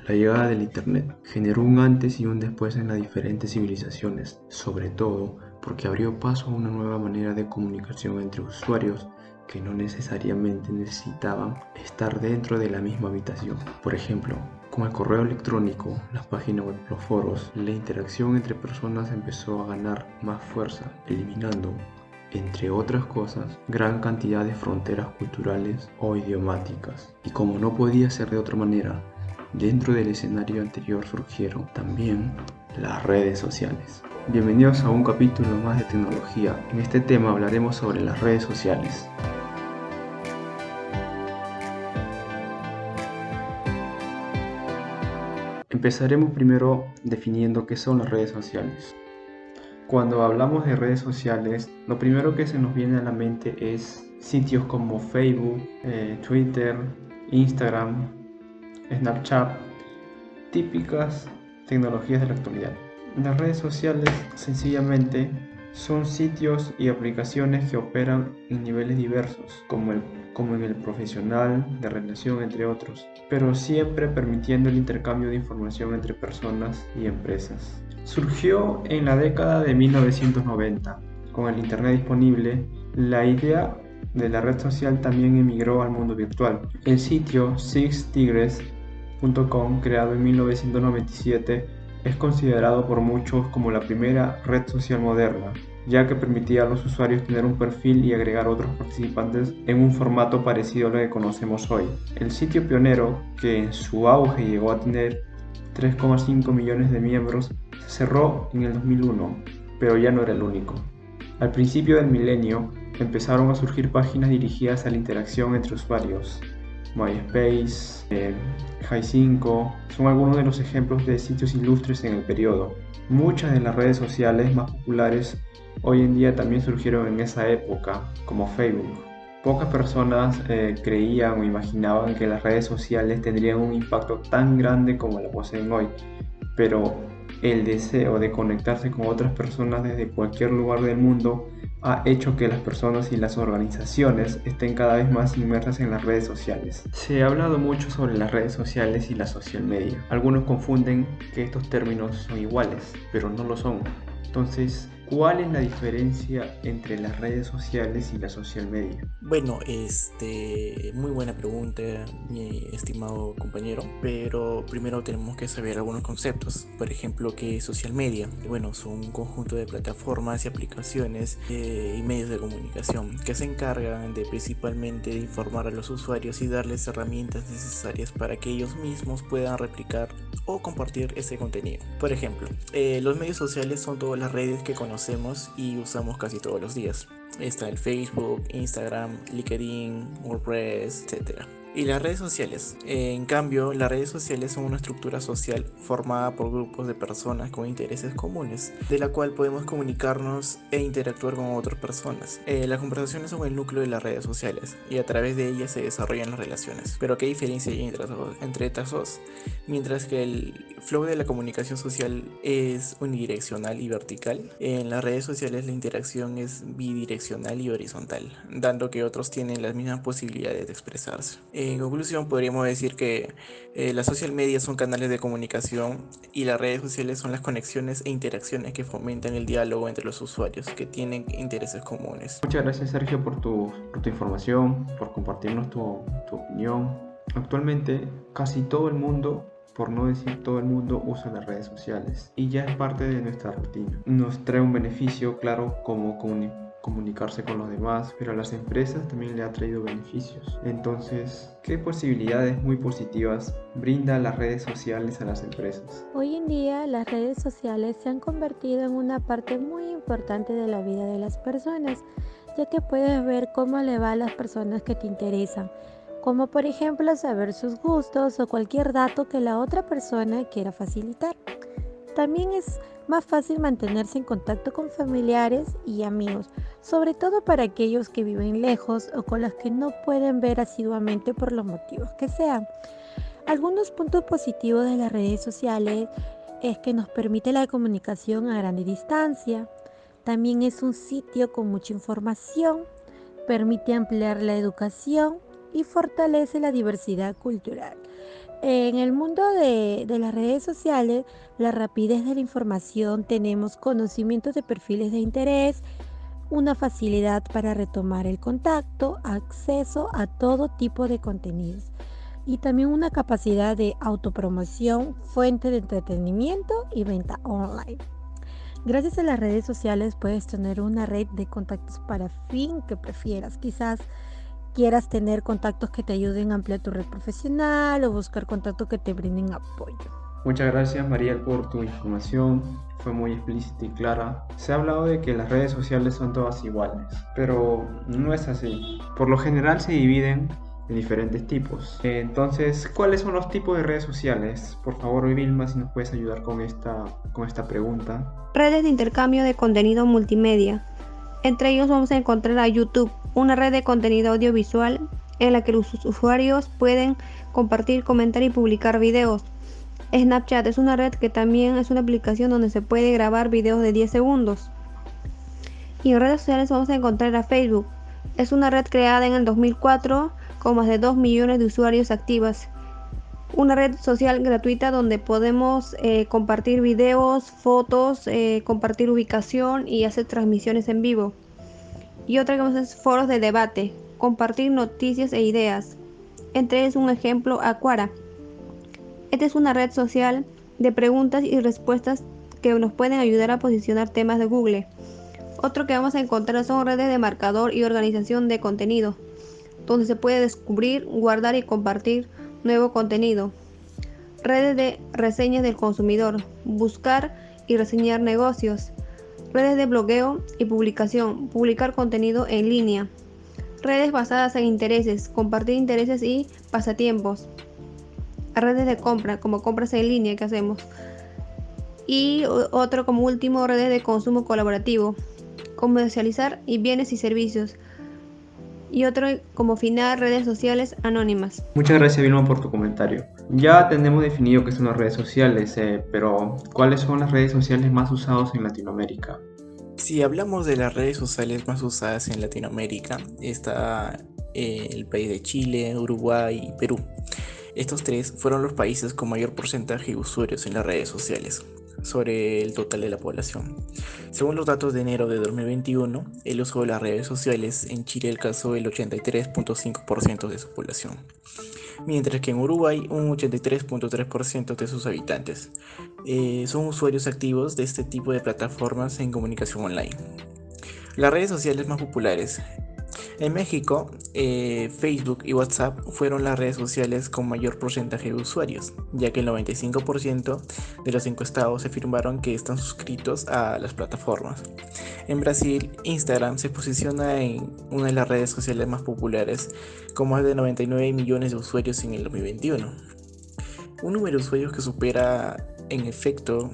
La llegada del Internet generó un antes y un después en las diferentes civilizaciones, sobre todo porque abrió paso a una nueva manera de comunicación entre usuarios que no necesariamente necesitaban estar dentro de la misma habitación. Por ejemplo, con el correo electrónico, las páginas web, los foros, la interacción entre personas empezó a ganar más fuerza, eliminando, entre otras cosas, gran cantidad de fronteras culturales o idiomáticas. Y como no podía ser de otra manera, dentro del escenario anterior surgieron también las redes sociales. Bienvenidos a un capítulo más de tecnología. En este tema hablaremos sobre las redes sociales. Empezaremos primero definiendo qué son las redes sociales. Cuando hablamos de redes sociales, lo primero que se nos viene a la mente es sitios como Facebook, Twitter, Instagram, Snapchat, típicas tecnologías de la actualidad. Las redes sociales sencillamente son sitios y aplicaciones que operan en niveles diversos, como en el profesional, de relación, entre otros, pero siempre permitiendo el intercambio de información entre personas y empresas. Surgió en la década de 1990. Con el Internet disponible, la idea de la red social también emigró al mundo virtual. El sitio sixtigres.com, creado en 1997, es considerado por muchos como la primera red social moderna, ya que permitía a los usuarios tener un perfil y agregar otros participantes en un formato parecido a lo que conocemos hoy. El sitio pionero, que en su auge llegó a tener 3,5 millones de miembros, se cerró en el 2001, pero ya no era el único. Al principio del milenio, empezaron a surgir páginas dirigidas a la interacción entre usuarios. MySpace, Hi5 son algunos de los ejemplos de sitios ilustres en el periodo. Muchas de las redes sociales más populares hoy en día también surgieron en esa época, como Facebook. Pocas personas creían o imaginaban que las redes sociales tendrían un impacto tan grande como lo poseen hoy, pero el deseo de conectarse con otras personas desde cualquier lugar del mundo ha hecho que las personas y las organizaciones estén cada vez más inmersas en las redes sociales. Se ha hablado mucho sobre las redes sociales y la social media. Algunos confunden que estos términos son iguales, pero no lo son. Entonces, ¿cuál es la diferencia entre las redes sociales y la social media? Bueno, muy buena pregunta, mi estimado compañero, pero primero tenemos que saber algunos conceptos. Por ejemplo, ¿qué es social media? Bueno, son un conjunto de plataformas y aplicaciones y medios de comunicación que se encargan de principalmente de informar a los usuarios y darles herramientas necesarias para que ellos mismos puedan replicar o compartir ese contenido. Por ejemplo, los medios sociales son todas las redes que conocemos y usamos casi todos los días. Está el Facebook, Instagram, LinkedIn, WordPress, etc. Y las redes sociales. En cambio, las redes sociales son una estructura social formada por grupos de personas con intereses comunes, de la cual podemos comunicarnos e interactuar con otras personas. Las conversaciones son el núcleo de las redes sociales y a través de ellas se desarrollan las relaciones. Pero ¿qué diferencia hay entre estas dos? Mientras que el flow de la comunicación social es unidireccional y vertical, en las redes sociales la interacción es bidireccional y horizontal, dando que otros tienen las mismas posibilidades de expresarse. En conclusión, podríamos decir que las social media son canales de comunicación y las redes sociales son las conexiones e interacciones que fomentan el diálogo entre los usuarios que tienen intereses comunes. Muchas gracias, Sergio, por tu información, por compartirnos tu opinión. Actualmente, casi todo el mundo, por no decir todo el mundo, usa las redes sociales y ya es parte de nuestra rutina. Nos trae un beneficio, claro, como comunicarse con los demás, pero a las empresas también le ha traído beneficios. Entonces, ¿qué posibilidades muy positivas brinda las redes sociales a las empresas? Hoy en día las redes sociales se han convertido en una parte muy importante de la vida de las personas, ya que puedes ver cómo le va a las personas que te interesan, como por ejemplo saber sus gustos o cualquier dato que la otra persona quiera facilitar. También es más fácil mantenerse en contacto con familiares y amigos, sobre todo para aquellos que viven lejos o con los que no pueden ver asiduamente por los motivos que sean. Algunos puntos positivos de las redes sociales es que nos permite la comunicación a grande distancia. También es un sitio con mucha información, permite ampliar la educación y fortalece la diversidad cultural. En el mundo de las redes sociales, la rapidez de la información, tenemos conocimientos de perfiles de interés, una facilidad para retomar el contacto, acceso a todo tipo de contenidos y también una capacidad de autopromoción, fuente de entretenimiento y venta online. Gracias a las redes sociales puedes tener una red de contactos para fin que prefieras. Quizás quieras tener contactos que te ayuden a ampliar tu red profesional o buscar contactos que te brinden apoyo. Muchas gracias, Mariel, por tu información. Fue muy explícita y clara. Se ha hablado de que las redes sociales son todas iguales, pero no es así. Por lo general se dividen en diferentes tipos. Entonces, ¿cuáles son los tipos de redes sociales? Por favor, Vilma, si nos puedes ayudar con esta pregunta. Redes de intercambio de contenido multimedia. Entre ellos vamos a encontrar a YouTube, una red de contenido audiovisual en la que los usuarios pueden compartir, comentar y publicar videos. Snapchat es una red que también es una aplicación donde se puede grabar videos de 10 segundos. Y en redes sociales vamos a encontrar a Facebook. Es una red creada en el 2004 con más de 2 millones de usuarios activas. Una red social gratuita donde podemos compartir videos, fotos, compartir ubicación y hacer transmisiones en vivo. Y otra que vamos a hacer es foros de debate, compartir noticias e ideas. Entre ellos un ejemplo, Aquara. Esta es una red social de preguntas y respuestas que nos pueden ayudar a posicionar temas de Google. Otro que vamos a encontrar son redes de marcador y organización de contenido, donde se puede descubrir, guardar y compartir nuevo contenido. Redes de reseñas del consumidor, buscar y reseñar negocios. Redes de blogueo y publicación, publicar contenido en línea. Redes basadas en intereses, compartir intereses y pasatiempos. Redes de compra, como compras en línea que hacemos. Y otro como último, redes de consumo colaborativo, comercializar y bienes y servicios. Y otro como final, redes sociales anónimas. Muchas gracias, Vilma, por tu comentario. Ya tenemos definido qué son las redes sociales, pero ¿cuáles son las redes sociales más usadas en Latinoamérica? Si hablamos de las redes sociales más usadas en Latinoamérica, está el país de Chile, Uruguay y Perú. Estos tres fueron los países con mayor porcentaje de usuarios en las redes sociales sobre el total de la población. Según los datos de enero de 2021, el uso de las redes sociales en Chile alcanzó el 83.5% de su población, mientras que en Uruguay un 83.3% de sus habitantes son usuarios activos de este tipo de plataformas en comunicación online. Las redes sociales más populares. En México, Facebook y WhatsApp fueron las redes sociales con mayor porcentaje de usuarios, ya que el 95% de los encuestados afirmaron que están suscritos a las plataformas. En Brasil, Instagram se posiciona en una de las redes sociales más populares, con más de 99 millones de usuarios en el 2021. Un número de usuarios que supera en efecto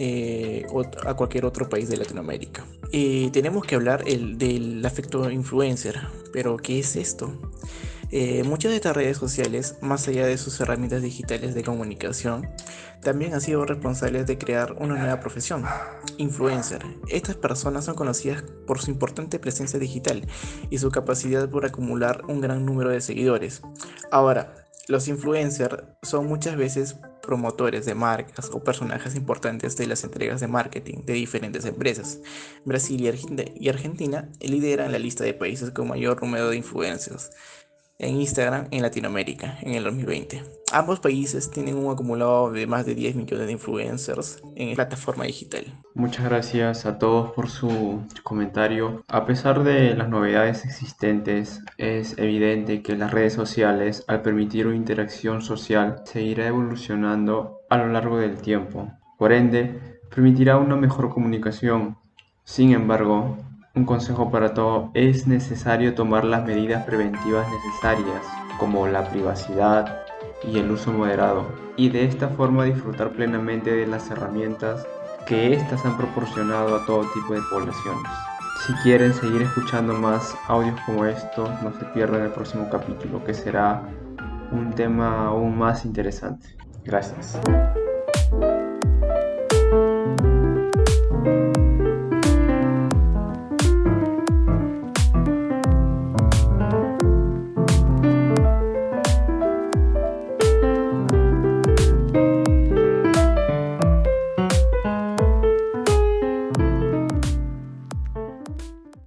a cualquier otro país de Latinoamérica. Tenemos que hablar del efecto influencer, pero ¿qué es esto? Muchas de estas redes sociales, más allá de sus herramientas digitales de comunicación, también han sido responsables de crear una nueva profesión, influencer. Estas personas son conocidas por su importante presencia digital y su capacidad por acumular un gran número de seguidores. Ahora, los influencers son muchas veces promotores de marcas o personajes importantes de las entregas de marketing de diferentes empresas. Brasil y Argentina lideran la lista de países con mayor número de influencers en Instagram en Latinoamérica en el 2020. Ambos países tienen un acumulado de más de 10 millones de influencers en la plataforma digital. Muchas gracias a todos por su comentario. A pesar de las novedades existentes, es evidente que las redes sociales, al permitir una interacción social, seguirá evolucionando a lo largo del tiempo. Por ende, permitirá una mejor comunicación. Sin embargo, un consejo para todo: es necesario tomar las medidas preventivas necesarias, como la privacidad y el uso moderado, y de esta forma disfrutar plenamente de las herramientas que éstas han proporcionado a todo tipo de poblaciones. Si quieren seguir escuchando más audios como estos, no se pierdan el próximo capítulo, que será un tema aún más interesante. Gracias.